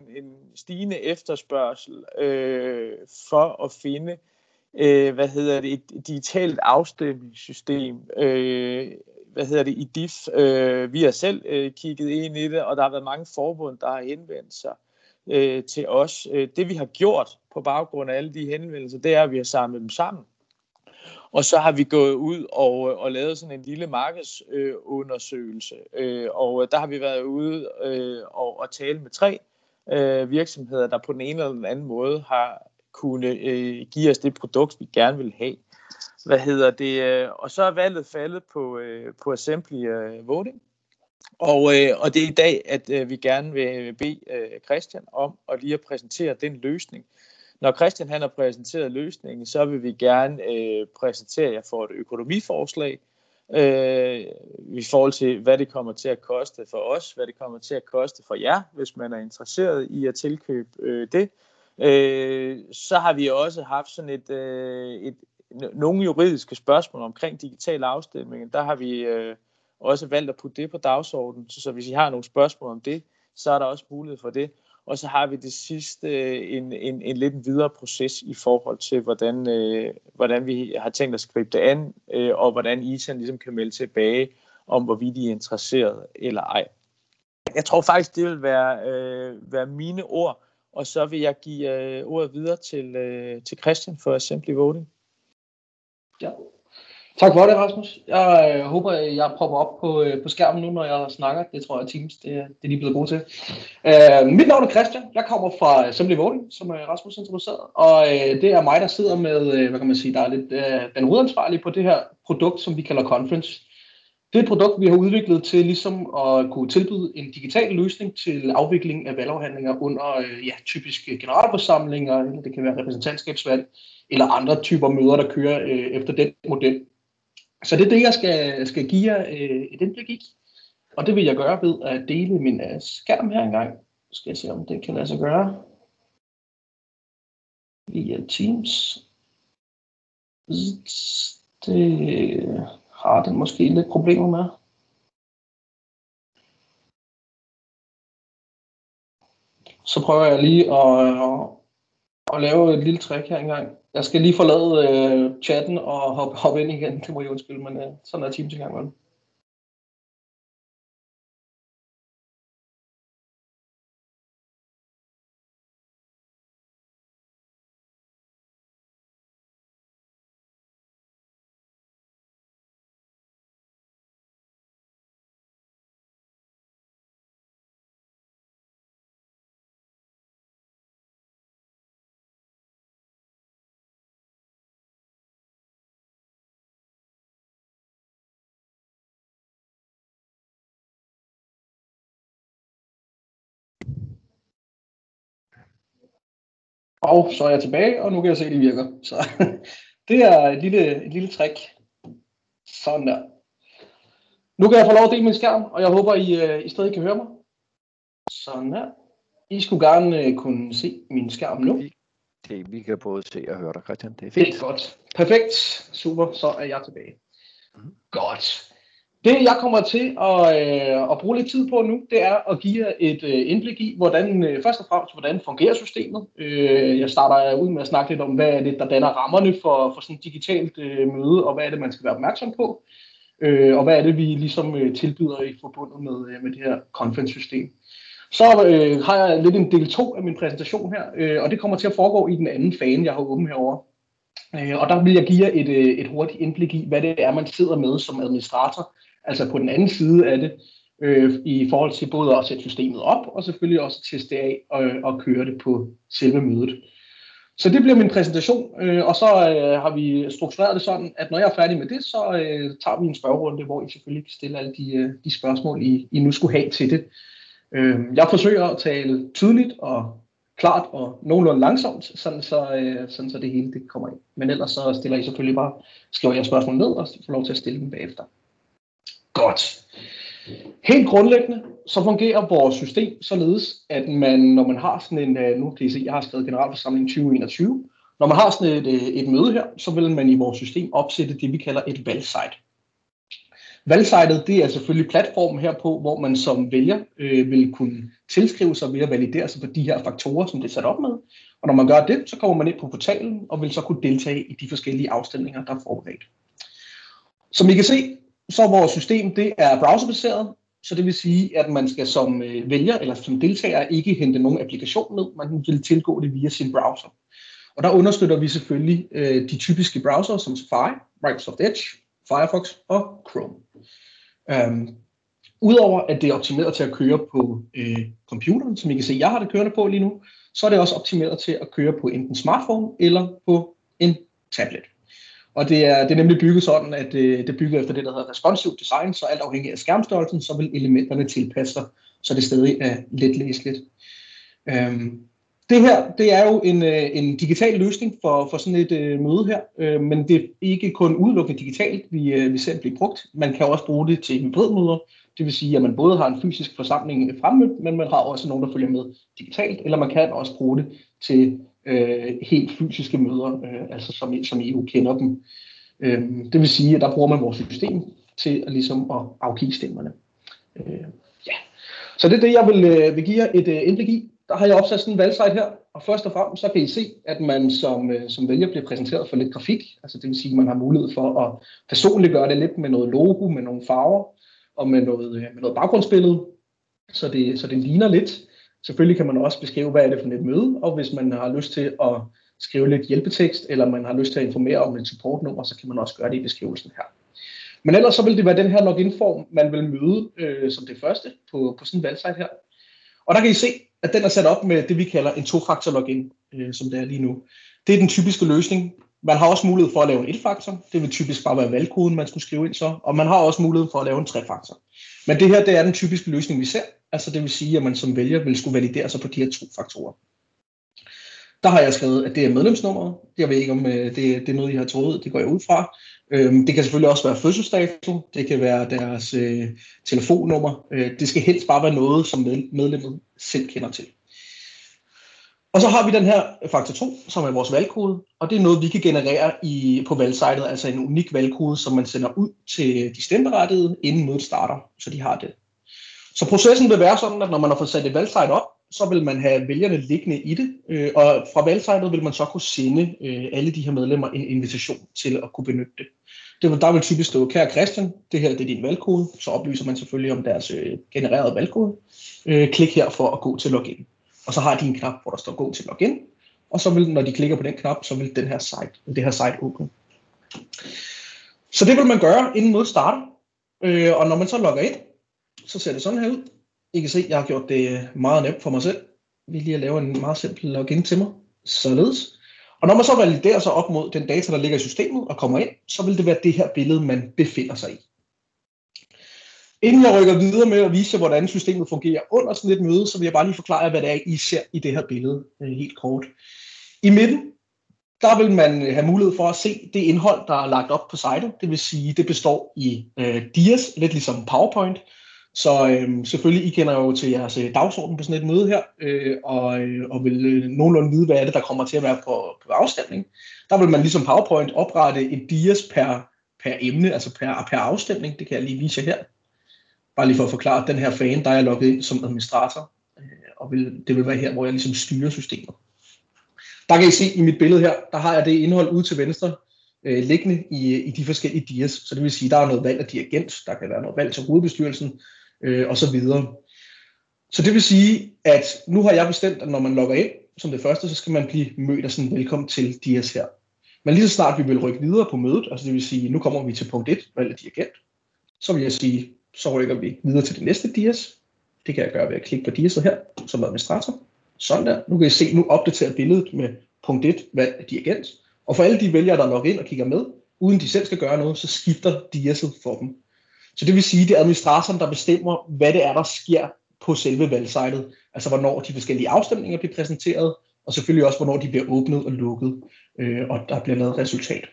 en stigende efterspørgsel for at finde et digitalt afstemningssystem, i DIF. Vi har selv kigget ind i det, og der har været mange forbund, der har henvendt sig til os. Det vi har gjort på baggrund af alle de henvendelser, det er, at vi har samlet dem sammen. Og så har vi gået ud og lavet sådan en lille markedsundersøgelse. Og der har vi været ude og tale med 3 virksomheder, der på den ene eller den anden måde har kunne give os det produkt, vi gerne vil have. Og så er valget faldet på Assembly Voting. Og det er i dag, at vi gerne vil bede Christian om at lige at præsentere den løsning. Når Christian han har præsenteret løsningen, så vil vi gerne præsentere jer for et økonomiforslag i forhold til, hvad det kommer til at koste for os, hvad det kommer til at koste for jer, hvis man er interesseret i at tilkøbe det. Så har vi også haft sådan nogle juridiske spørgsmål omkring digital afstemning. Der har vi også valgt at putte det på dagsordenen, så hvis I har nogle spørgsmål om det, så er der også mulighed for det. Og så har vi det sidste en lidt videre proces i forhold til, hvordan vi har tænkt os at gribe det an, og hvordan I ligesom kan melde tilbage om, hvorvidt I er interesseret eller ej. Jeg tror faktisk, det vil være mine ord, og så vil jeg give ordet videre til Christian for Assembly Voting. Ja. Tak for det, Rasmus. Jeg håber, jeg popper op på skærmen nu, når jeg snakker. Det tror jeg, Teams det er de blevet gode til. Mit navn er Christian. Jeg kommer fra Assembly Voting, som Rasmus introducerede. Og det er mig, der sidder med, hvad kan man sige, der er lidt den hovedansvarlige på det her produkt, som vi kalder Conference. Det er et produkt, vi har udviklet til ligesom at kunne tilbyde en digital løsning til afvikling af valgafhandlinger under typiske generalforsamlinger, eller det kan være repræsentantskabsvalg, eller andre typer møder, der kører efter den model. Så det er det, jeg skal give jer et indblik i. Og det vil jeg gøre ved at dele min skærm her engang. Så skal jeg se, om det kan lade sig gøre. Via Teams. Det har den måske lidt problemer med. Så prøver jeg lige at lave et lille trick her engang. Jeg skal lige forlade chatten og hoppe ind igen. Det må jeg undskylde, men sådan er Teams i gang med det. Og så er jeg tilbage, og nu kan jeg se, at det virker. Så det er et lille trick. Sådan der. Nu kan jeg få lov at dele min skærm, og jeg håber, I stadig kan høre mig. Sådan her. I skulle gerne kunne se min skærm nu. Vi kan både se og høre dig, Christian. Det er fint. Det er godt. Perfekt. Super, så er jeg tilbage. Godt. Det, jeg kommer til at bruge lidt tid på nu, det er at give jer et indblik i, først og fremmest, hvordan fungerer systemet. Jeg starter ud med at snakke lidt om, hvad er det, der danner rammerne for sådan et digitalt møde, og hvad er det, man skal være opmærksom på, og hvad er det, vi ligesom tilbyder i forbundet med det her conference-system. Så har jeg lidt en del 2 af min præsentation her, og det kommer til at foregå i den anden fane, jeg har åben herovre. Og der vil jeg give jer et hurtigt indblik i, hvad det er, man sidder med som administrator, altså på den anden side af det, i forhold til både at sætte systemet op, og selvfølgelig også teste af og køre det på selve mødet. Så det bliver min præsentation, og så har vi struktureret det sådan, at når jeg er færdig med det, så tager vi en spørgerunde, hvor I selvfølgelig kan stille alle de spørgsmål, I nu skulle have til det. Jeg forsøger at tale tydeligt og klart og nogenlunde langsomt, sådan så det hele det kommer ind. Men ellers så stiller I selvfølgelig skriver jeg spørgsmål ned og får lov til at stille dem bagefter. Godt. Helt grundlæggende så fungerer vores system således, at man, når man har sådan en, nu kan I se, jeg har skrevet generalforsamling 2021, når man har sådan et møde her, så vil man i vores system opsætte det, vi kalder et valgsite. Valgsejtet, det er selvfølgelig platformen herpå, hvor man som vælger vil kunne tilskrive sig ved at validere sig på de her faktorer, som det er sat op med. Og når man gør det, så kommer man ind på portalen og vil så kunne deltage i de forskellige afstemninger, der er forberedt. Som I kan se, så er vores system det er browserbaseret, så det vil sige, at man skal som vælger eller som deltager ikke hente nogen applikation ned, man vil tilgå det via sin browser. Og der understøtter vi selvfølgelig de typiske browser som Safari, Microsoft Edge, Firefox og Chrome. Udover at det er optimeret til at køre på computeren, som I kan se, jeg har det kørende på lige nu, så er det også optimeret til at køre på enten smartphone eller på en tablet. Og det er nemlig bygget sådan, at det er bygget efter det, der hedder responsive design, så alt afhængig af skærmstørrelsen, så vil elementerne tilpasse sig, så det stadig er let læseligt. Det her, det er jo en digital løsning for sådan et møde her, men det er ikke kun udelukkende digitalt, vi ser det blive brugt. Man kan også bruge det til hybridmøder, det vil sige, at man både har en fysisk forsamling fremmødt, men man har også nogen, der følger med digitalt, eller man kan også bruge det til helt fysiske møder, altså som I jo kender dem. Det vil sige, at der bruger man vores system til at afgive stemmerne. Ja. Så det er det, jeg vil give jer et indblik i. Der har jeg opsat sådan en valgsite her, og først og fremmest så kan I se, at man som vælger bliver præsenteret for lidt grafik. Altså det vil sige, at man har mulighed for at personligt gøre det lidt med noget logo, med nogle farver og med noget baggrundsbillede, så det ligner lidt. Selvfølgelig kan man også beskrive, hvad er det for et møde, og hvis man har lyst til at skrive lidt hjælpetekst, eller man har lyst til at informere om et supportnummer, så kan man også gøre det i beskrivelsen her. Men ellers så vil det være den her login-form, man vil møde som det første på sådan en valgsite her. Og der kan I se, at den er sat op med det, vi kalder en tofaktor login, som det er lige nu. Det er den typiske løsning. Man har også mulighed for at lave en etfaktor. Det vil typisk bare være valgkoden, man skulle skrive ind så. Og man har også mulighed for at lave en trefaktor. Men det her, det er den typiske løsning, vi ser. Altså det vil sige, at man som vælger vil skulle validere sig på de her to faktorer. Der har jeg skrevet, at det er medlemsnummeret. Jeg ved ikke, om det er noget, I har troet. Det går jeg ud fra. Det kan selvfølgelig også være fødselsdato. Det kan være deres telefonnummer. Det skal helst bare være noget, som medlemmet selv kender til. Og så har vi den her faktor 2, som er vores valgkode. Og det er noget, vi kan generere på valgsejtet. Altså en unik valgkode, som man sender ud til de stemmeberettigede, inden mødet starter. Så de har det. Så processen vil være sådan, at når man har fået sat et valgsite op, så vil man have vælgerne liggende i det, og fra valgsejtet vil man så kunne sende alle de her medlemmer en invitation til at kunne benytte det. Der vil typisk stå, kære Christian, det her det er din valgkode, så oplyser man selvfølgelig om deres genererede valgkode. Klik her for at gå til login. Og så har de en knap, hvor der står gå til login, og så vil, når de klikker på den knap, så vil det her site åbne. Så det vil man gøre, inden mødet starter, og når man så logger ind, så ser det sådan her ud. I kan se, at jeg har gjort det meget nemt for mig selv. Vi lige at lave en meget simpel login til mig. Således. Og når man så validerer sig op mod den data, der ligger i systemet og kommer ind, så vil det være det her billede, man befinder sig i. Inden jeg rykker videre med at vise jer, hvordan systemet fungerer under sådan et møde, så vil jeg bare lige forklare, hvad det er, I ser i det her billede helt kort. I midten, der vil man have mulighed for at se det indhold, der er lagt op på sitet. Det vil sige, det består i dias, lidt ligesom PowerPoint. Så selvfølgelig, I kender jo til jeres dagsorden på sådan et møde her, og vil nogenlunde vide, hvad er det, der kommer til at være på afstemning. Der vil man ligesom PowerPoint oprette et dias per emne, altså per afstemning. Det kan jeg lige vise jer her. Bare lige for at forklare, at den her fan, der er jeg logget ind som administrator, og det vil være her, hvor jeg ligesom styrer systemet. Der kan I se i mit billede her, der har jeg det indhold ude til venstre, liggende i de forskellige dias. Så det vil sige, at der er noget valg af dirigent, der kan være noget valg til hovedbestyrelsen, og så videre. Så det vil sige, at nu har jeg bestemt, at når man logger ind som det første, så skal man blive mødt af sådan velkommen til dias her. Men lige så snart vi vil rykke videre på mødet, altså det vil sige, nu kommer vi til punkt 1, valg af dirigent, så vil jeg sige, så rykker vi videre til det næste dias. Det kan jeg gøre ved at klikke på diaset her, som administrator. Sådan der. Nu kan I se, nu opdaterer billedet med punkt 1, valg af dirigent. Og for alle de vælgere, der logger ind og kigger med, uden de selv skal gøre noget, så skifter diaset for dem. Så det vil sige, at det er administratoren, der bestemmer, hvad det er, der sker på selve valgsejtet. Altså hvornår de forskellige afstemninger bliver præsenteret, og selvfølgelig også, hvornår de bliver åbnet og lukket, og der bliver lavet resultat.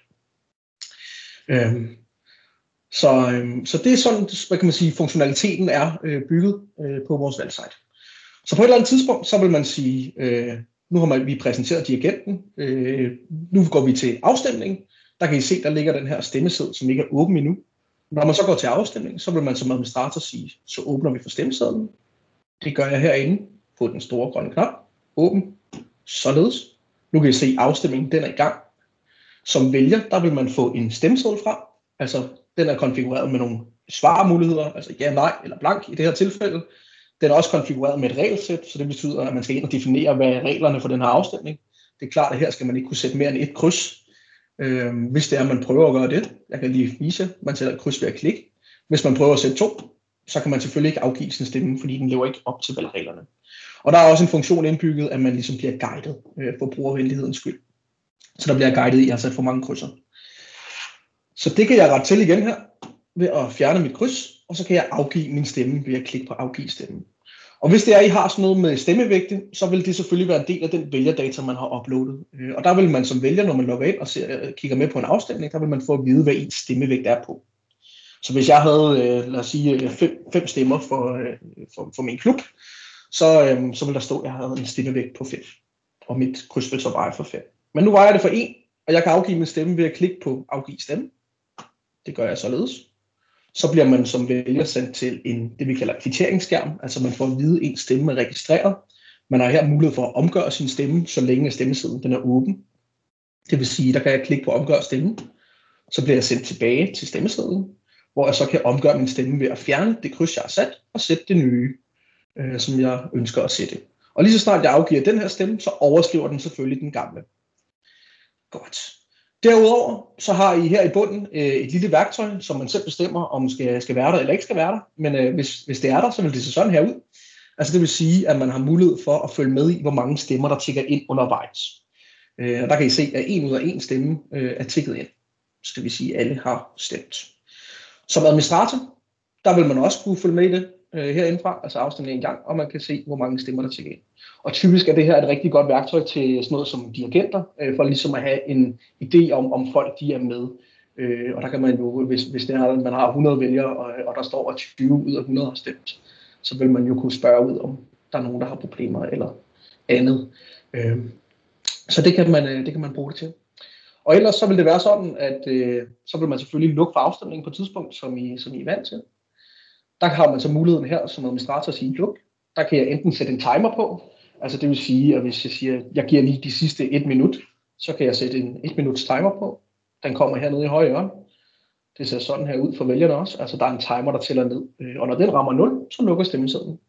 Så det er sådan, hvad kan man sige, funktionaliteten er bygget på vores valgsite. Så på et eller andet tidspunkt, så vil man sige, nu har vi præsenteret dirigenten, nu går vi til afstemning. Der kan I se, der ligger den her stemmeseddel, som ikke er åben endnu. Når man så går til afstemning, så vil man som administrator sige, så åbner vi for stemmesedlen. Det gør jeg herinde på den store grønne knap. Åben. Således. Nu kan I se, at afstemningen den er i gang. Som vælger, der vil man få en stemmeseddel fra. Altså, den er konfigureret med nogle svarmuligheder, altså ja, nej eller blank i det her tilfælde. Den er også konfigureret med et regelsæt, så det betyder, at man skal ind og definere, hvad er reglerne for den her afstemning. Det er klart, at her skal man ikke kunne sætte mere end et kryds, hvis det er, at man prøver at gøre det. Jeg kan lige vise, man sætter et kryds ved at klikke. Hvis man prøver at sætte 2, så kan man selvfølgelig ikke afgive sin stemme, fordi den lever ikke op til valgreglerne. Og der er også en funktion indbygget, at man ligesom bliver guidet for brugervenlighedens skyld. Så der bliver guidet i, at jeg har sat for mange krydser. Så det kan jeg rette til igen her, ved at fjerne mit kryds, og så kan jeg afgive min stemme ved at klikke på afgive stemme. Og hvis det er, at I har sådan noget med stemmevægte, så vil det selvfølgelig være en del af den vælgerdata, man har uploadet. Og der vil man som vælger, når man logger ind og kigger med på en afstemning, der vil man få at vide, hvad ens stemmevægt er på. Så hvis jeg havde, lad os sige, 5 stemmer for min klub, så vil der stå, at jeg havde en stemmevægt på 5. Og mit kryds vil så veje for 5. Men nu vejer det for 1, og jeg kan afgive min stemme ved at klikke på afgive stemme. Det gør jeg således. Så bliver man som vælger sendt til det vi kalder kvitteringsskærm, altså man får at vide, at ens stemme er registreret. Man har her mulighed for at omgøre sin stemme, så længe stemmesedlen den er åben. Det vil sige, der kan jeg klikke på omgøre stemme, så bliver jeg sendt tilbage til stemmesedlen, hvor jeg så kan omgøre min stemme ved at fjerne det kryds, jeg har sat, og sætte det nye, som jeg ønsker at sætte. Og lige så snart jeg afgiver den her stemme, så overskriver den selvfølgelig den gamle. Godt. Derudover så har I her i bunden et lille værktøj, som man selv bestemmer, om skal være der eller ikke skal være der. Men hvis det er der, så vil det se sådan her ud. Altså det vil sige, at man har mulighed for at følge med i, hvor mange stemmer, der tikker ind undervejs. Og der kan I se, at 1 ud af 1 stemme er tikket ind. Så det vil sige, at alle har stemt. Som administrator, der vil man også kunne følge med i det herindefra, altså afstemningen en gang, og man kan se, hvor mange stemmer, der tikker ind. Og typisk er det her et rigtig godt værktøj til sådan noget som dirigenter, for ligesom at have en idé om folk de er med. Og der kan man jo, hvis det er, at man har 100 vælgere, og der står, at 20 ud af 100 har stemt, så vil man jo kunne spørge ud, om der er nogen, der har problemer eller andet. Så det kan man bruge det til. Og ellers så vil det være sådan, at så vil man selvfølgelig lukke for afstemningen på et tidspunkt, som I er vant til. Der har man så muligheden her som administrator at sige luk. Der kan jeg enten sætte en timer på, altså det vil sige, at hvis jeg siger, at jeg giver lige de sidste 1 minut, så kan jeg sætte en 1 minuts timer på. Den kommer hernede i højre hjørne. Det ser sådan her ud for vælgerne også. Altså der er en timer, der tæller ned. Og når den rammer 0, så lukker stemmesedlen.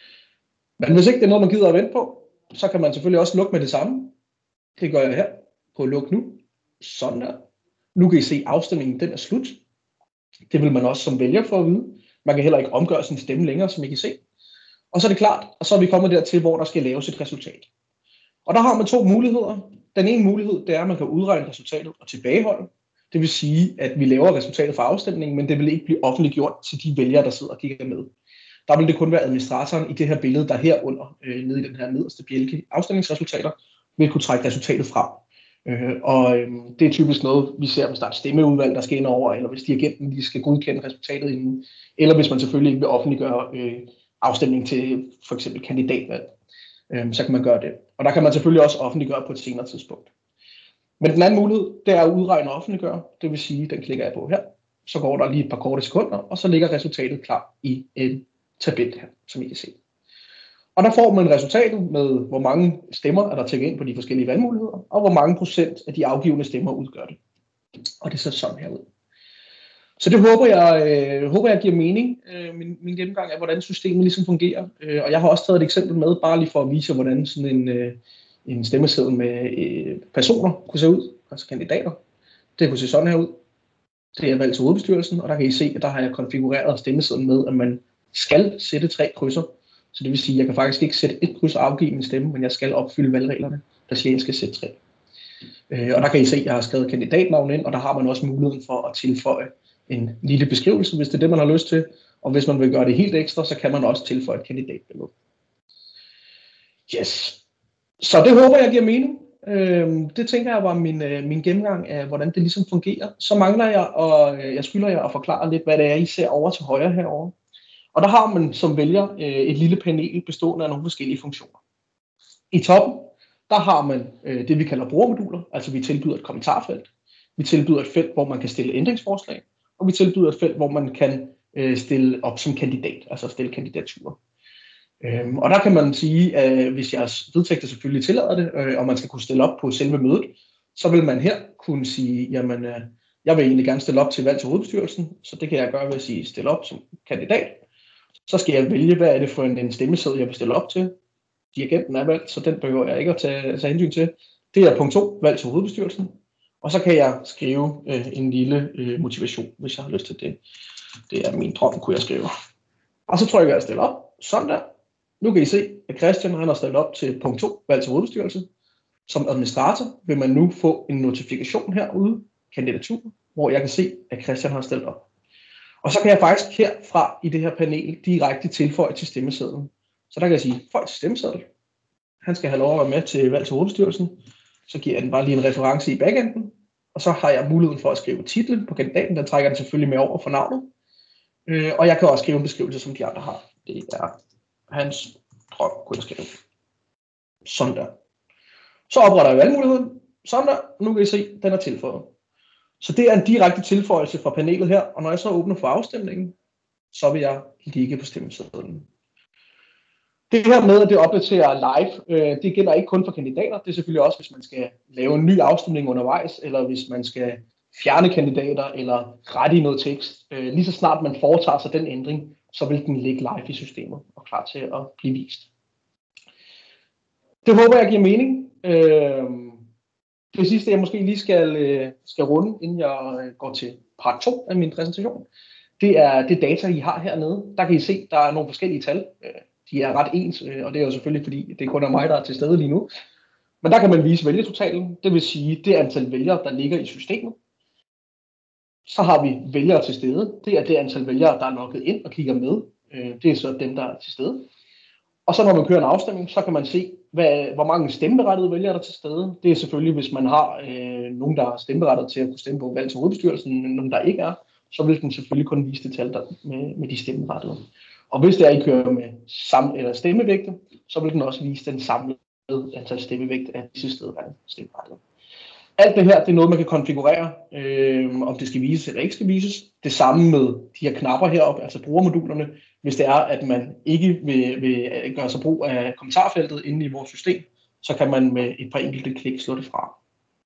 Men hvis ikke det er noget, man gider at vente på, så kan man selvfølgelig også lukke med det samme. Det gør jeg her på luk nu. Sådan der. Nu kan I se, at afstemningen den er slut. Det vil man også som vælger få at vide. Man kan heller ikke omgøre sin stemme længere, som I kan se. Og så er det klart, og så er vi kommet dertil, hvor der skal laves et resultat. Og der har man 2 muligheder. Den ene mulighed, det er, at man kan udregne resultatet og tilbageholde. Det vil sige, at vi laver resultatet for afstemningen, men det vil ikke blive offentliggjort til de vælgere, der sidder og kigger med. Der vil det kun være administratoren i det her billede, der herunder, nede i den her nederste bjælke, afstemningsresultater, vil kunne trække resultatet frem. Og det er typisk noget, vi ser, hvis der er et stemmeudvalg, der skal ind over, eller hvis dirigenten lige skal godkende resultatet inden, eller hvis man selvfølgelig ikke vil offentliggøre afstemning til for eksempel kandidatvalg, så kan man gøre det. Og der kan man selvfølgelig også offentliggøre på et senere tidspunkt. Men den anden mulighed, det er at udregne og offentliggøre, det vil sige, den klikker jeg på her, så går der lige et par korte sekunder, og så ligger resultatet klar i en tabel her, som I kan se. Og der får man resultatet med, hvor mange stemmer er der tækket ind på de forskellige valgmuligheder, og hvor mange procent af de afgivende stemmer udgør det. Og det ser sådan her ud. Så det håber jeg giver mening, min gennemgang af, hvordan systemet ligesom fungerer. Og jeg har også taget et eksempel med, bare lige for at vise, hvordan sådan en stemmeseddel med personer kunne se ud, altså kandidater. Det kunne se sådan her ud. Det er valgt til hovedbestyrelsen, og der kan I se, at der har jeg konfigureret stemmesedlen med, at man skal sætte 3 krydser. Så det vil sige, at jeg kan faktisk ikke sætte 1 kryds og afgive min stemme, men jeg skal opfylde valgreglerne, der siger, at jeg skal sætte 3. Og der kan I se, at jeg har skrevet kandidatnavn ind, og der har man også muligheden for at tilføje en lille beskrivelse, hvis det er det, man har lyst til. Og hvis man vil gøre det helt ekstra, så kan man også tilføje et kandidatbillede. Yes. Så det håber jeg giver mening. Det tænker jeg var min gennemgang af, hvordan det ligesom fungerer. Så mangler jeg, og jeg skylder jer at forklare lidt, hvad det er, I ser over til højre herovre. Og der har man som vælger et lille panel bestående af nogle forskellige funktioner. I toppen, der har man det, vi kalder brugermoduler, altså vi tilbyder et kommentarfelt. Vi tilbyder et felt, hvor man kan stille ændringsforslag. og vi tilbyder et felt, hvor man kan stille op som kandidat, altså stille kandidaturer. Og der kan man sige, at hvis jeres vedtægter selvfølgelig tillader det, og man skal kunne stille op på selve mødet, så vil man her kunne sige, jamen, jeg vil egentlig gerne stille op til valg til hovedbestyrelsen, så det kan jeg gøre ved at sige stille op som kandidat. Så skal jeg vælge, hvad er det for en stemmeseddel, jeg vil stille op til. Dirigenten er valgt, så den behøver jeg ikke at tage hensyn til. Det er punkt 2, valg til hovedbestyrelsen. Og så kan jeg skrive en lille motivation, hvis jeg har lyst til det. Det er min drøm, kunne jeg skrive. Og så trykker jeg at stille op. Sådan der. Nu kan I se, at Christian han har stillet op til punkt 2, valg til hovedbestyrelsen. Som administrator vil man nu få en notifikation herude, kandidatur, hvor jeg kan se, at Christian har stillet op. Og så kan jeg faktisk herfra i det her panel direkte tilføje til stemmesedlen. Så der kan jeg sige, føj til stemmeseddel. Han skal have lov at være med til valg til hovedbestyrelsen. Så giver jeg den bare lige en reference i backenden. Og så har jeg muligheden for at skrive titlen på kandidaten. Den trækker den selvfølgelig med over for navnet. Og jeg kan også skrive en beskrivelse, som de andre har. Det er hans drøm, kunne jeg skrive. Sådan der. Så opretter jeg valgmuligheden. Sådan der. Nu kan I se, den er tilføjet. Så det er en direkte tilføjelse fra panelet her. Og når jeg så åbner for afstemningen, så vil jeg ligge på stemmesedlen. Det her med, at det opdaterer live, det gælder ikke kun for kandidater. Det er selvfølgelig også, hvis man skal lave en ny afstemning undervejs, eller hvis man skal fjerne kandidater, eller rette i noget tekst. Lige så snart man foretager sig den ændring, så vil den ligge live i systemet og klar til at blive vist. Det håber jeg giver mening. Det sidste, jeg måske lige skal runde, inden jeg går til part 2 af min præsentation, det er det data, I har hernede. Der kan I se, der er nogle forskellige tal. De er ret ens, og det er jo selvfølgelig, fordi det kun er mig, der er til stede lige nu. Men der kan man vise vælgertotalen, det vil sige det antal vælgere, der ligger i systemet. Så har vi vælgere til stede. Det er det antal vælgere, der er logget ind og kigger med. Det er så dem, der er til stede. Og så når man kører en afstemning, så kan man se, hvor mange stemmeberettigede vælgere der er til stede. Det er selvfølgelig, hvis man har nogen, der er stemmeberettiget til at kunne stemme på valg til hovedbestyrelsen, nogen der ikke er, så vil den selvfølgelig kun vise det tal der med de stemmeberettigede. Og hvis det er, I kører med stemmevægte, så vil den også vise den samlede antal stemmevægt af disse stedværende stemmeberettigede. Alt det her, det er noget, man kan konfigurere, om det skal vises eller ikke skal vises. Det samme med de her knapper heroppe, altså brugermodulerne. Hvis det er, at man ikke vil gøre sig brug af kommentarfeltet inde i vores system, så kan man med et par enkelte klik slå det fra.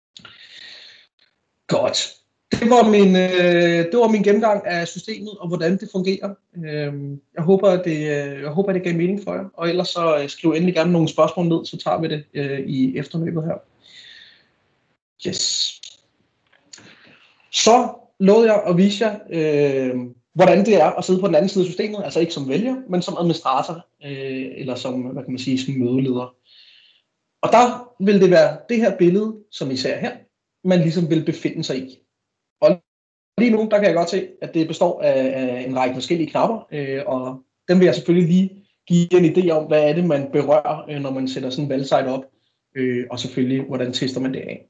Godt. Det var min gennemgang af systemet og hvordan det fungerer. Jeg håber, at det gav mening for jer. Og ellers så skriv endelig gerne nogle spørgsmål ned, så tager vi det i efterløbet her. Yes. Så lovede jeg at vise jer, hvordan det er at sidde på den anden side af systemet, altså ikke som vælger, men som administrator, eller som, hvad kan man sige, som mødeleder. Og der vil det være det her billede, som I ser her, man ligesom vil befinde sig i. Og lige nu, der kan jeg godt se, at det består af en række forskellige knapper, og dem vil jeg selvfølgelig lige give en idé om, hvad er det, man berører, når man sætter sådan en valgsite op, og selvfølgelig, hvordan tester man det af.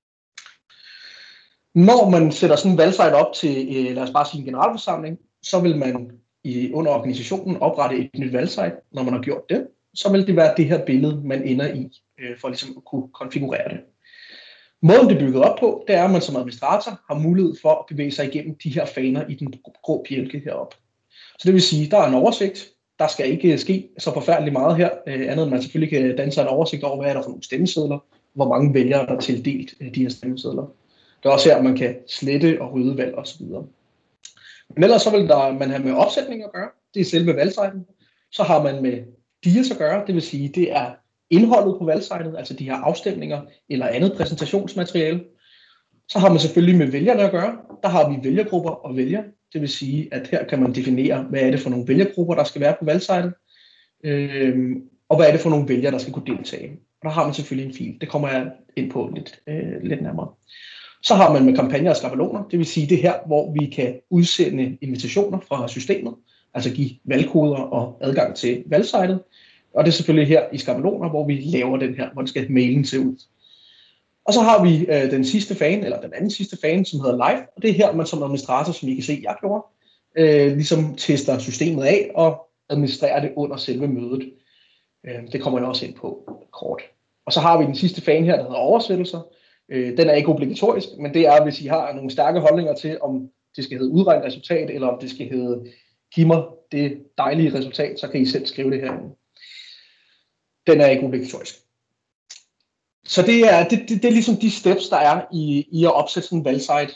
Når man sætter sådan en valgsite op til, lad os bare sige en generalforsamling, så vil man under organisationen oprette et nyt valgsite. Når man har gjort det, så vil det være det her billede, man ender i, for ligesom at kunne konfigurere det. Måden det er bygget op på, det er, at man som administrator har mulighed for at bevæge sig igennem de her faner i den grå bjælke heroppe. Så det vil sige, at der er en oversigt. Der skal ikke ske så forfærdeligt meget her, andet end man selvfølgelig kan danne sig en oversigt over, hvad er der for nogle stemmesedler, hvor mange vælgere der er tildelt de her stemmesedler. Det er også her, man kan slette og rydde valg osv. Men ellers så vil man have med opsætning at gøre. Det er selve valgsiten. Så har man med dias at gøre, det vil sige, det er indholdet på valgsejtet, altså de her afstemninger eller andet præsentationsmateriale. Så har man selvfølgelig med vælgerne at gøre. Der har vi vælgergrupper og vælger. Det vil sige, at her kan man definere, hvad er det for nogle vælgergrupper, der skal være på valgsejtet, og hvad er det for nogle vælgere, der skal kunne deltage. Og der har man selvfølgelig en fil. Det kommer jeg ind på lidt nærmere. Så har man med kampagner og skabeloner, det vil sige det her, hvor vi kan udsende invitationer fra systemet, altså give valgkoder og adgang til valgsejtet. Og det er selvfølgelig her i skabeloner, hvor vi laver den her, hvor den skal mailen se ud. Og så har vi den sidste fane, eller den anden sidste fane, som hedder live, og det er her, man som administrator, som I kan se, jeg gjorde, ligesom tester systemet af og administrerer det under selve mødet. Det kommer jeg også ind på kort. Og så har vi den sidste fane her, der hedder oversættelser. Den er ikke obligatorisk, men det er, hvis I har nogle stærke holdninger til, om det skal hedde udregnet resultat, eller om det skal hedde giv mig det dejlige resultat, så kan I selv skrive det herinde. Den er ikke obligatorisk. Så det er ligesom de steps, der er i at opsætte sådan en valgsite.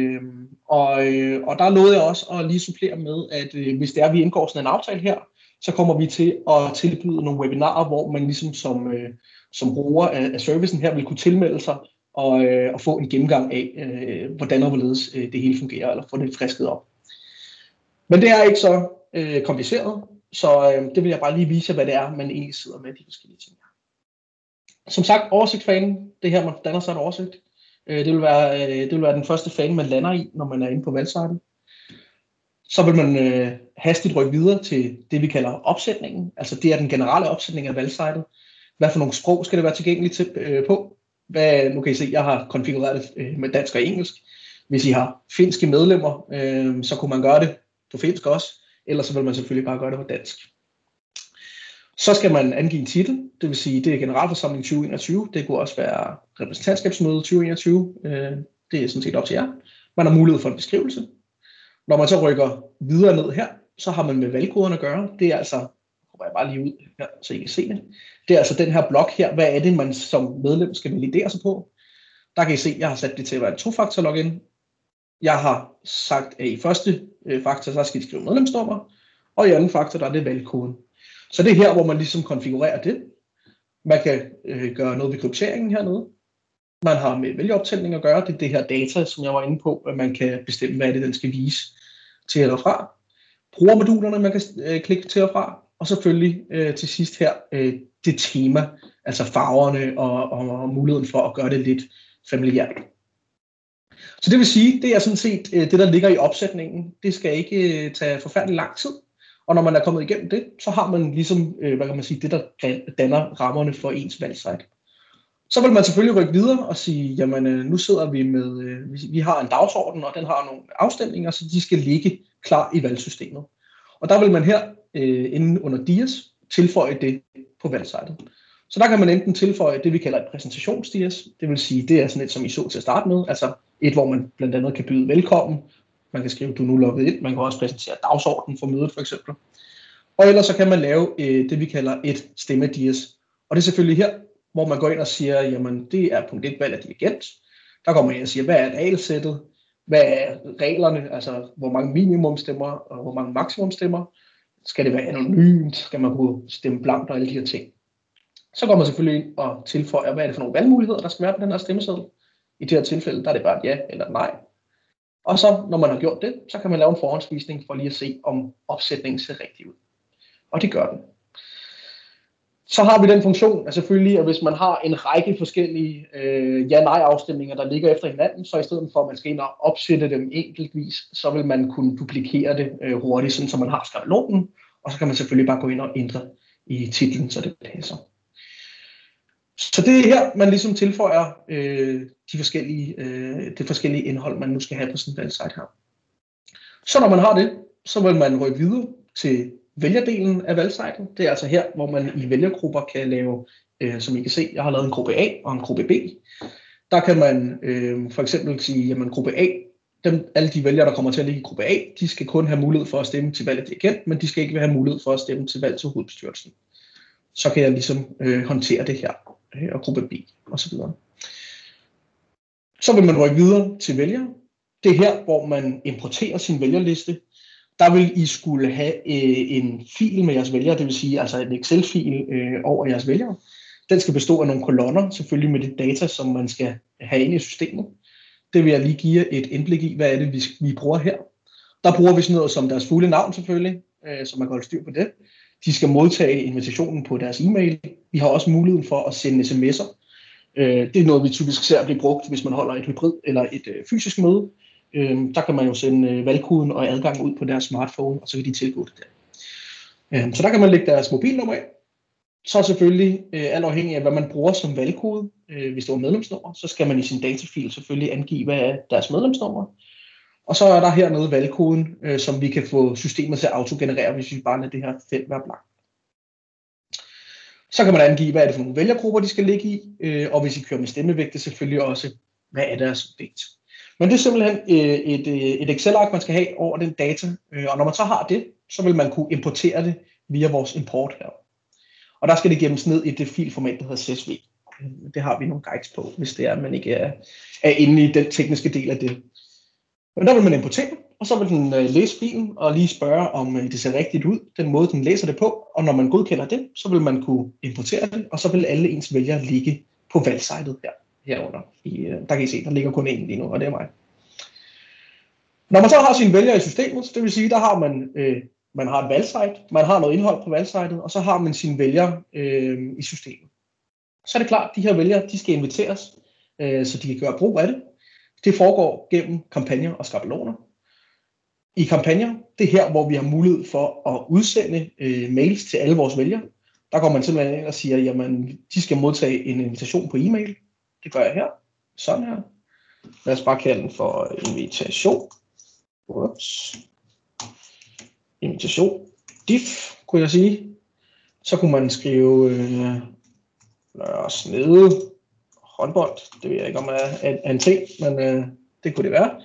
Og der lovede jeg også at lige supplere med, at hvis det er, vi indgår sådan en aftale her, så kommer vi til at tilbyde nogle webinarer, hvor man ligesom som bruger af servicen her vil kunne tilmelde sig og få en gennemgang af, hvordan og hvorledes det hele fungerer, eller få det frisket op. Men det er ikke så kompliceret, så det vil jeg bare lige vise, hvad det er, man egentlig sidder med de forskellige ting her. Som sagt, oversigtsfanen, det her, man danner sig en oversigt. Det vil være den første fane, man lander i, når man er inde på valgsiden. Så vil man hastigt rykke videre til det, vi kalder opsætningen. Altså det er den generelle opsætning af valgsiden. Hvad for nogle sprog skal det være tilgængeligt på? Nu kan I se, at jeg har konfigureret det med dansk og engelsk. Hvis I har finske medlemmer, så kunne man gøre det på finsk også. Ellers så vil man selvfølgelig bare gøre det på dansk. Så skal man angive en titel, det vil sige, det er generalforsamling 2021. Det kunne også være repræsentantskabsmøde 2021. Det er sådan set op til jer. Man har mulighed for en beskrivelse. Når man så rykker videre ned her, så har man med valgkoderne at gøre. Det er altså, jeg bare lige ud her, så I kan se det. Det er altså den her blok her. Hvad er det, man som medlem skal validere sig på? Der kan I se, at jeg har sat det til at være en 2-faktor login. Jeg har sagt, at i første faktor, så skal I skrive medlemsnummer, og i anden faktor, der er det valgkoden. Så det er her, hvor man ligesom konfigurerer det. Man kan gøre noget ved krypteringen hernede. Man har med vælgeoptælling at gøre. Det er det her data, som jeg var inde på, at man kan bestemme, hvad det den skal vise til eller fra. Brugermodulerne, man kan klikke til og fra. Og selvfølgelig til sidst her, det tema, altså farverne og muligheden for at gøre det lidt familiært. Så det vil sige, det er sådan set det, der ligger i opsætningen. Det skal ikke tage forfærdelig lang tid. Og når man er kommet igennem det, så har man ligesom, hvad kan man sige, det der danner rammerne for ens valgsite. Så vil man selvfølgelig rykke videre og sige, jamen nu sidder vi med, vi har en dagsorden, og den har nogle afstemninger, så de skal ligge klar i valgsystemet. Og der vil man her inde under DIAS tilføje det på valgsiden. Så der kan man enten tilføje det, vi kalder et præsentationsdias. Det vil sige, det er sådan et, som I så til at starte med. Altså et, hvor man blandt andet kan byde velkommen. Man kan skrive, du er nu logget ind. Man kan også præsentere dagsordenen for mødet, for eksempel. Og ellers så kan man lave det, vi kalder et stemmedias. Og det er selvfølgelig her, hvor man går ind og siger, jamen det er punkt 1 valg af dirigent. Der går man ind og siger, hvad er regelsættet? Hvad er reglerne? Altså hvor mange minimumstemmer og hvor mange maksimumstemmer? Skal det være anonymt? Skal man kunne stemme blankt og alle de her ting? Så går man selvfølgelig ind og tilføjer, hvad er det for nogle valgmuligheder, der skal være på den her stemmeseddel. I det her tilfælde, der er det bare et ja eller et nej. Og så, når man har gjort det, så kan man lave en forhåndsvisning for lige at se, om opsætningen ser rigtig ud. Og det gør den. Så har vi den funktion, at selvfølgelig, at hvis man har en række forskellige ja-nej-afstemninger, der ligger efter hinanden, så i stedet for, at man skal ind og opsætte dem enkeltvis, så vil man kunne duplikere det hurtigt, sådan, så man har skabelonen, og så kan man selvfølgelig bare gå ind og ændre i titlen, så det passer. Så det er her, man ligesom tilføjer det forskellige indhold, man nu skal have på sådan en valgsite her. Så når man har det, så vil man rykke videre til vælgerdelen af valgsiten. Det er altså her, hvor man i vælgergrupper kan lave, som I kan se, jeg har lavet en gruppe A og en gruppe B. Der kan man for eksempel sige, jamen gruppe A, alle de vælgere, der kommer til at ligge i gruppe A, de skal kun have mulighed for at stemme til valg af dirigent, men de skal ikke have mulighed for at stemme til valg til hovedbestyrelsen. Så kan jeg ligesom håndtere det her, og gruppe B og så videre. Så vil man rykke videre til vælgere. Det er her, hvor man importerer sin vælgerliste. Der vil I skulle have en fil med jeres vælgere, det vil sige altså en Excel-fil over jeres vælgere. Den skal bestå af nogle kolonner, selvfølgelig med det data, som man skal have ind i systemet. Det vil jeg lige give et indblik i, hvad er det, vi bruger her. Der bruger vi sådan noget som deres fulde navn selvfølgelig, så man kan holde styr på det. De skal modtage invitationen på deres e-mail. Vi har også muligheden for at sende sms'er. Det er noget, vi typisk ser blive brugt, hvis man holder et hybrid eller et fysisk møde. Der kan man jo sende valgkoden og adgang ud på deres smartphone, og så kan de tilgå det der. Så der kan man lægge deres mobilnummer af. Så selvfølgelig, alt afhængig af hvad man bruger som valgkode, hvis det er medlemsnummer, så skal man i sin datafil selvfølgelig angive, hvad er deres medlemsnummer. Og så er der hernede valgkoden, som vi kan få systemet til at autogenerere, hvis vi bare lader det her felt være blankt. Så kan man angive, hvad er det for nogle vælgergrupper, de skal ligge i, og hvis I kører med stemmevægte, selvfølgelig også, hvad er deres vægt. Men det er simpelthen et Excel-ark, man skal have over den data, og når man så har det, så vil man kunne importere det via vores import her. Og der skal det gemmes ned i det filformat, der hedder CSV. Det har vi nogle guides på, hvis det er, at man ikke er inde i den tekniske del af det. Men der vil man importere, og så vil den læse filen og lige spørge, om det ser rigtigt ud, den måde, den læser det på. Og når man godkender det, så vil man kunne importere det, og så vil alle ens vælgere ligge på valgsejtet herunder. Der kan I se, der ligger kun én lige nu, og det er mig. Når man så har sine vælgere i systemet, det vil sige, der har man har et valgsite, man har noget indhold på valgsejtet, og så har man sine vælgere i systemet. Så er det klart, at de her vælgere, de skal inviteres, så de kan gøre brug af det. Det foregår gennem kampagner og skabeloner. I kampagner, det er her, hvor vi har mulighed for at udsende mails til alle vores vælgere. Der går man simpelthen ind og siger, jamen, de skal modtage en invitation på e-mail. Det gør jeg her. Sådan her. Lad os bare kalde den for invitation. Invitation. Diff, kunne jeg sige. Så kunne man skrive snede håndbold. Det ved jeg ikke, om er en ting, men det kunne det være.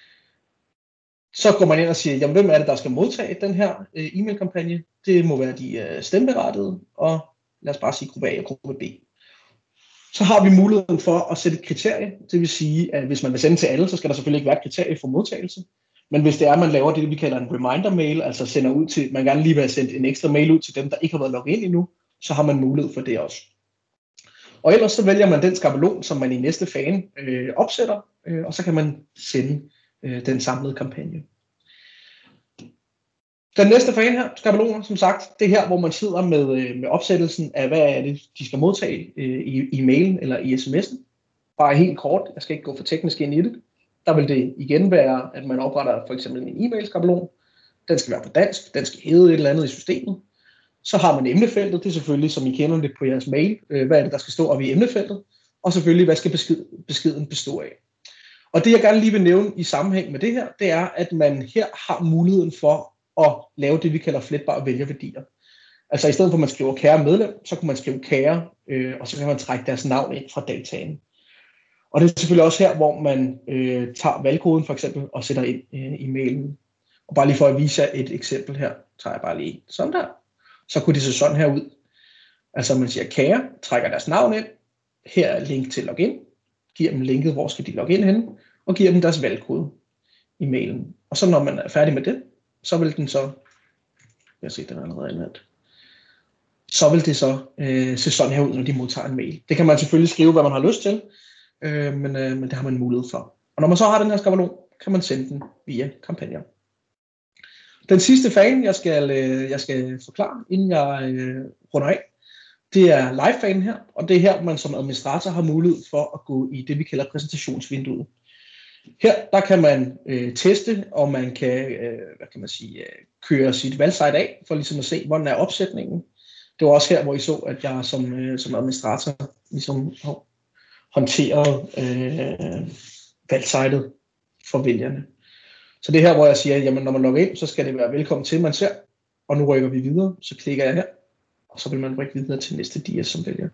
Så går man ind og siger, jamen, hvem er det, der skal modtage den her e-mail-kampagne? Det må være de stemmeberettigede, og lad os bare sige gruppe A og gruppe B. Så har vi muligheden for at sætte et kriterie. Det vil sige, at hvis man vil sende til alle, så skal der selvfølgelig ikke være et kriterie for modtagelse. Men hvis det er, at man laver det, vi kalder en reminder-mail, altså sender ud til, man gerne lige vil have sendt en ekstra mail ud til dem, der ikke har været logget ind endnu, så har man mulighed for det også. Og ellers så vælger man den skabelon, som man i næste fane opsætter, og så kan man sende den samlede kampagne. Den næste fane her, skabeloner, som sagt, det er her, hvor man sidder med opsættelsen af, hvad er det, de skal modtage i mailen eller i sms'en. Bare helt kort, jeg skal ikke gå for teknisk ind i det. Der vil det igen være, at man opretter for eksempel en e-mail-skabelon. Den skal være på dansk, den skal hedde et eller andet i systemet. Så har man emnefeltet, det er selvfølgelig, som I kender det på jeres mail, hvad er det, der skal stå oppe i emnefeltet. Og selvfølgelig, hvad skal beskeden bestå af. Og det, jeg gerne lige vil nævne i sammenhæng med det her, det er, at man her har muligheden for at lave det, vi kalder fletbare vælgerværdier. Altså i stedet for, at man skriver kære medlem, så kan man skrive kære, og så kan man trække deres navn ind fra dataen. Og det er selvfølgelig også her, hvor man tager valgkoden for eksempel og sætter ind i mailen. Og bare lige for at vise jer et eksempel her, tager jeg bare lige sådan der. Så kunne det se sådan her ud. Altså man siger kære, trækker deres navn ind, her er link til login, giver dem linket, hvor skal de logge ind henne, og giver dem deres valgkode i mailen. Og så når man er færdig med det, så vil den så, jeg ser den allerede anvendt, så vil det så se sådan her ud, når de modtager en mail. Det kan man selvfølgelig skrive, hvad man har lyst til, men det har man mulighed for. Og når man så har den her skabelon, kan man sende den via kampagner. Den sidste fane, jeg skal forklare, inden jeg runder af, det er live-fanen her, og det er her, man som administrator har mulighed for at gå i det, vi kalder præsentationsvinduet. Her der kan man teste, og man kan, køre sit valgsite af, for ligesom at se, hvordan er opsætningen. Det var også her, hvor I så, at jeg som administrator ligesom håndterede valgsejtet for vælgerne. Så det er her, hvor jeg siger, jamen når man logger ind, så skal det være velkommen til, man ser. Og nu rykker vi videre, så klikker jeg her, og så vil man rykke videre til næste dia som vælger.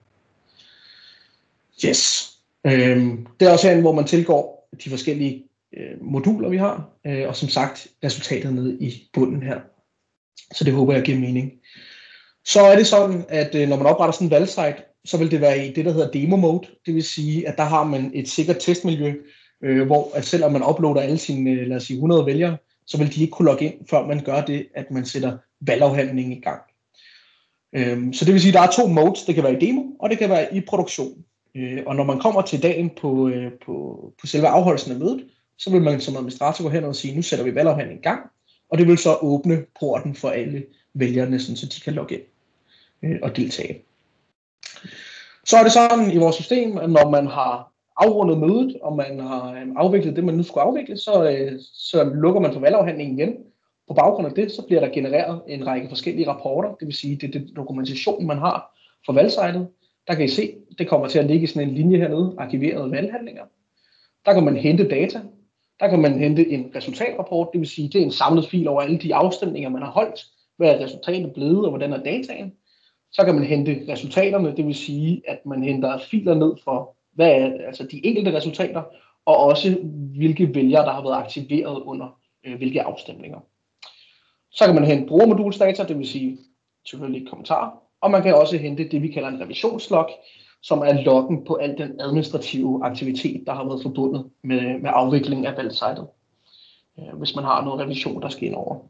Yes. Det er også her, hvor man tilgår de forskellige moduler, vi har, og som sagt, resultatet nede i bunden her. Så det håber jeg giver mening. Så er det sådan, at når man opretter sådan en valgsite, så vil det være i det, der hedder demo mode. Det vil sige, at der har man et sikkert testmiljø, hvor at selvom man uploader alle sine, lad os sige, 100 vælgere, så vil de ikke kunne logge ind, før man gør det, at man sætter valgafhandlingen i gang. Så det vil sige, at der er 2 modes. Det kan være i demo, og det kan være i produktion. Og når man kommer til dagen på selve afholdelsen af mødet, så vil man som administrator gå hen og sige, nu sætter vi valgafhandlingen i gang, og det vil så åbne porten for alle vælgerne, så de kan logge ind og deltage. Så er det sådan i vores system, at når man har afrundet mødet, og man har afviklet det, man nu skulle afvikle, så lukker man for valgafhandlingen igen. På baggrund af det, så bliver der genereret en række forskellige rapporter, det vil sige, det er den dokumentation, man har for valgsejtet. Der kan I se, det kommer til at ligge sådan en linje hernede, arkiverede valghandlinger. Der kan man hente data. Der kan man hente en resultatrapport, det vil sige, det er en samlet fil over alle de afstemninger, man har holdt. Hvad er resultatet blevet, og hvordan er dataen? Så kan man hente resultaterne, det vil sige, at man henter filer ned for, hvad er altså de enkelte resultater, og også hvilke vælgere, der har været aktiveret under hvilke afstemninger. Så kan man hente brugermodulsdata, det vil sige selvfølgelig kommentarer, og man kan også hente det, vi kalder en revisionslog, som er loggen på al den administrative aktivitet, der har været forbundet med afviklingen af valgsejtet, hvis man har noget revision, der skal ind over.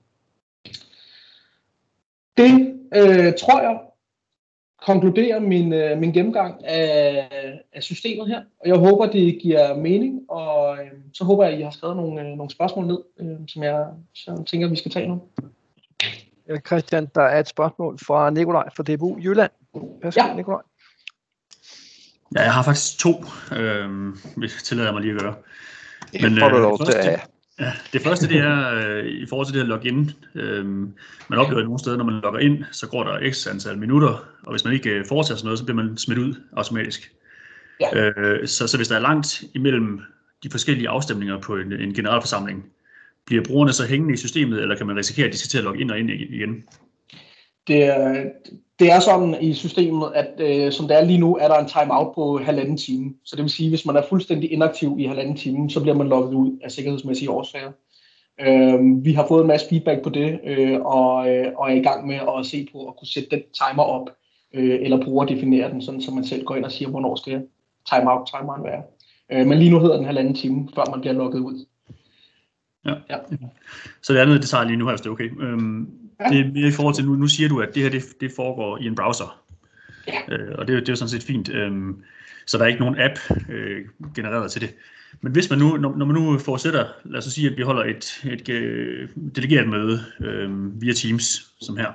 Det tror jeg konkluderer min gennemgang af systemet her, og jeg håber, det giver mening, og så håber jeg, at I har skrevet nogle spørgsmål ned, som jeg tænker, vi skal tage nu. Ja, Christian, der er et spørgsmål fra Nikolaj fra DBU Jylland. Ja. Nikolaj. Ja, jeg har faktisk 2, hvis jeg tillader mig lige at gøre. Men det første det er i forhold til det her login. Man oplever nogle steder, når man logger ind, så går der x antal minutter, og hvis man ikke foretager sådan noget, så bliver man smidt ud automatisk. Ja. Så hvis der er langt imellem de forskellige afstemninger på en generalforsamling, bliver brugerne så hængende i systemet, eller kan man risikere, at de skal til at logge ind og ind igen? Det er sådan i systemet, at som det er lige nu, er der en timeout på 1,5 time. Så det vil sige, at hvis man er fuldstændig inaktiv i 1,5 time, så bliver man logget ud af sikkerhedsmæssige årsager. Vi har fået en masse feedback på det, og er i gang med at se på at kunne sætte den timer op, eller brugerdefinere den, sådan så man selv går ind og siger, hvornår skal timeren være. Men lige nu hedder den 1,5 time, før man bliver logget ud. Ja. Så det andet, det tager lige nu her, hvis det er okay. Det er mere i forhold til, nu siger du, at det her det foregår i en browser. Ja. Og det er jo sådan set fint. Så der er ikke nogen app genereret til det. Men hvis man nu, når man nu forudsætter, lad os sige, at vi holder et delegeret møde via Teams, som her.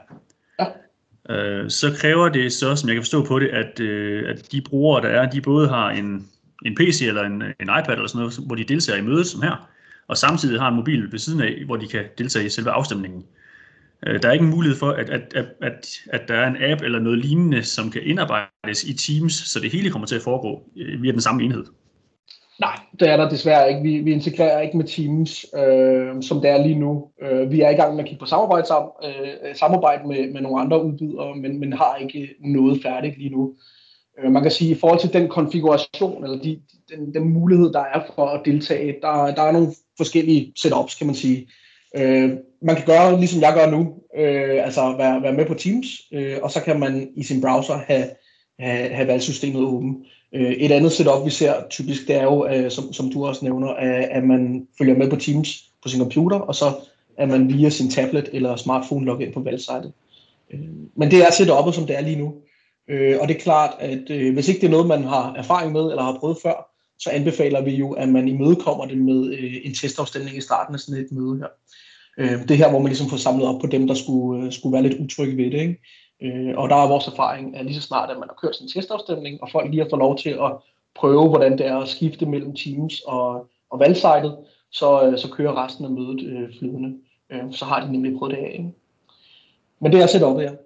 Ja. Så kræver det så, som jeg kan forstå på det, at de brugere, der er, de både har en PC eller en iPad eller sådan noget, hvor de deltager i mødet, som her, og samtidig har en mobil ved siden af, hvor de kan deltage i selve afstemningen. Der er ikke en mulighed for, at der er en app eller noget lignende, som kan indarbejdes i Teams, så det hele kommer til at foregå via den samme enhed. Nej, det er der desværre ikke. Vi integrerer ikke med Teams, som det er lige nu. Vi er i gang med at kigge på samarbejde med nogle andre udbydere, men har ikke noget færdigt lige nu. Man kan sige, at i forhold til den konfiguration, eller den mulighed, der er for at deltage, der er nogle forskellige setups, kan man sige. Man kan gøre, ligesom jeg gør nu, altså være med på Teams, og så kan man i sin browser have valgsystemet åbent. Et andet setup, vi ser typisk, det er jo, som du også nævner, at man følger med på Teams på sin computer, og så er man via sin tablet eller smartphone logget ind på valgsejtet. Men det er setupet, som det er lige nu. Og det er klart, at hvis ikke det er noget, man har erfaring med eller har prøvet før, så anbefaler vi jo, at man imødekommer det med en testafstemning i starten af sådan et møde her. Det er her, hvor man ligesom får samlet op på dem, der skulle være lidt utrygge ved det, ikke? Og der er vores erfaring, at lige så snart, at man har kørt sådan en testafstemning, og folk lige har fået lov til at prøve, hvordan det er at skifte mellem Teams og valgsejtet, så kører resten af mødet flydende. Så har de nemlig prøvet det af, ikke? Men det er set op her.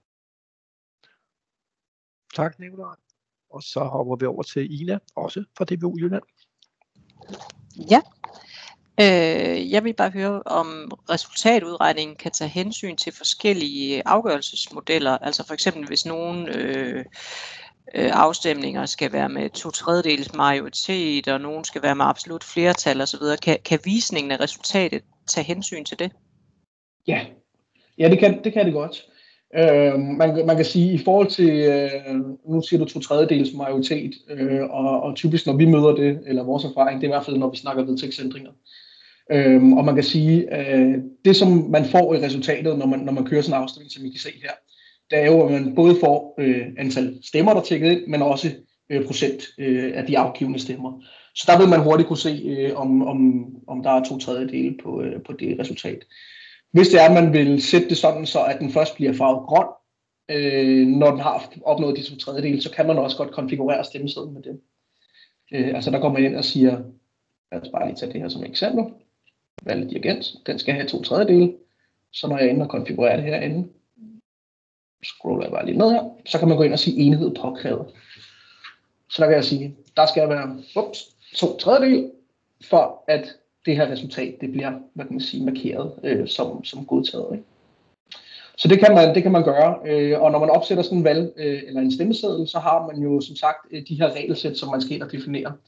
Tak, Nikolaj. Og så hopper vi over til Ina, også fra DBU Jylland. Ja. Jeg vil bare høre, om resultatudregningen kan tage hensyn til forskellige afgørelsesmodeller. Altså for eksempel, hvis nogle afstemninger skal være med 2/3 majoritet, og nogle skal være med absolut flertal osv. Kan visningen af resultatet tage hensyn til det? Ja, det kan det godt. Man kan sige, i forhold til, nu siger du 2/3 majoritet, og typisk når vi møder det, eller vores erfaring, det er i hvert fald, når vi snakker vedtægtsændringer. Og man kan sige, det som man får i resultatet, når man kører sådan en afstemning, som I kan se her, det er jo, at man både får antal stemmer, der er tækket ind, men også procent af de afgivne stemmer. Så der vil man hurtigt kunne se, om der er 2/3 på det resultat. Hvis det er, at man vil sætte det sådan, så at den først bliver farvet grøn, når den har opnået de 2/3, så kan man også godt konfigurere stemmesedlen med det. Altså der går man ind og siger, lad os bare lige tage det her som eksempel. Valg dirigent, den skal have 2/3. Så når jeg ender og konfigurerer det herinde, scroller jeg bare lige ned her, så kan man gå ind og sige enhed påkrævet. Så der kan jeg sige, der skal være 2/3, for at det her resultat, det bliver, hvad kan man sige, markeret som godtaget. Ikke? Så det kan man gøre, og når man opsætter sådan en valg eller en stemmeseddel, så har man jo som sagt de her regelsæt, som man skal ind og definere.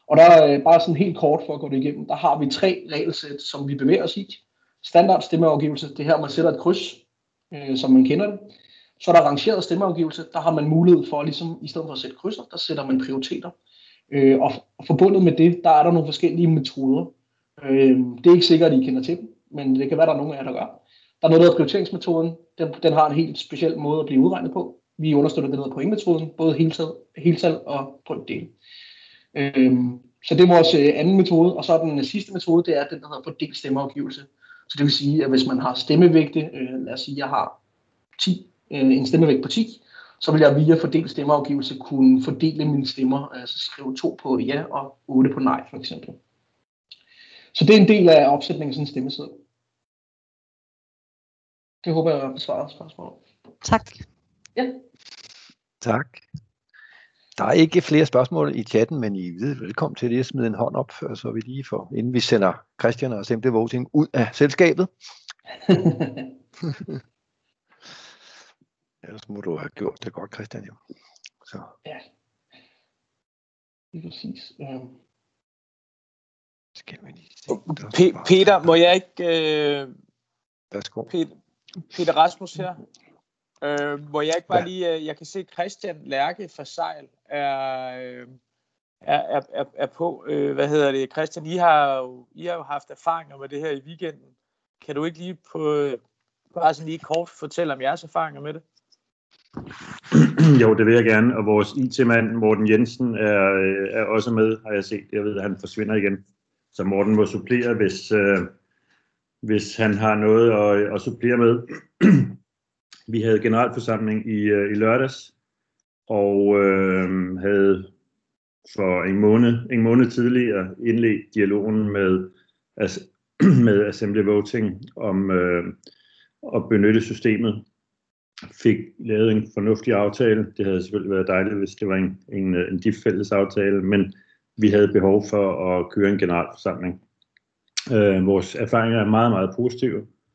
Og der er bare sådan helt kort for at gå det igennem, der har vi 3 regelsæt, som vi bevæger os i. Standard stemmeafgivelse, det er her, man sætter et kryds, som man kender det. Så er der rangeret stemmeafgivelse, der har man mulighed for, ligesom i stedet for at sætte krydser, der sætter man prioriteter. Og forbundet med det, der er der nogle forskellige metoder. Det er ikke sikkert, at I kender til dem, men det kan være, der er nogle af jer, der gør. Der er noget, der hedder prioriteringsmetoden. Den har en helt speciel måde at blive udregnet på. Vi understøtter det, der hedder pointmetoden, både heltal og brøkdel. Så det er vores anden metode, og så den sidste metode, det er den, der hedder fordelt stemmeafgivelse. Så det vil sige, at hvis man har stemmevægte, lad os sige, at jeg har en stemmevægt på 10, så vil jeg via fordelt stemmeafgivelse kunne fordele mine stemmer, altså skrive 2 på ja og 8 på nej, for eksempel. Så det er en del af opsætningen af sådan en stemmeseddel. Det håber jeg besvarer spørgsmålet. Tak. Ja. Tak. Der er ikke flere spørgsmål i chatten, men I er velkommen til at smide en hånd op, så vi lige får, inden vi sender Christian og Simply Voting ud af selskabet. Ellers må du have gjort det godt, Christian. Jo. Så. Ja. Det er præcis. Skal vi lige se. Peter, må jeg ikke... Værsgo. Peter Rasmus her. Må jeg ikke bare lige... Jeg kan se, Christian Lærke fra Sejl er på. Hvad hedder det? Christian, I har jo haft erfaringer med det her i weekenden. Kan du ikke lige bare sådan lige kort fortælle om jeres erfaringer med det? Jo, det vil jeg gerne, og vores IT-mand Morten Jensen er også med, har jeg set. Jeg ved, at han forsvinder igen. Så Morten må supplere, hvis han har noget at supplere med. Vi havde generalforsamling i lørdags, og havde for en måned tidligere indledt dialogen med Assembly Voting om at benytte systemet. Fik lavet en fornuftig aftale. Det havde selvfølgelig været dejligt, hvis det var en DIF-fælles aftale, men vi havde behov for at køre en generalforsamling. Vores erfaringer er meget, meget positive.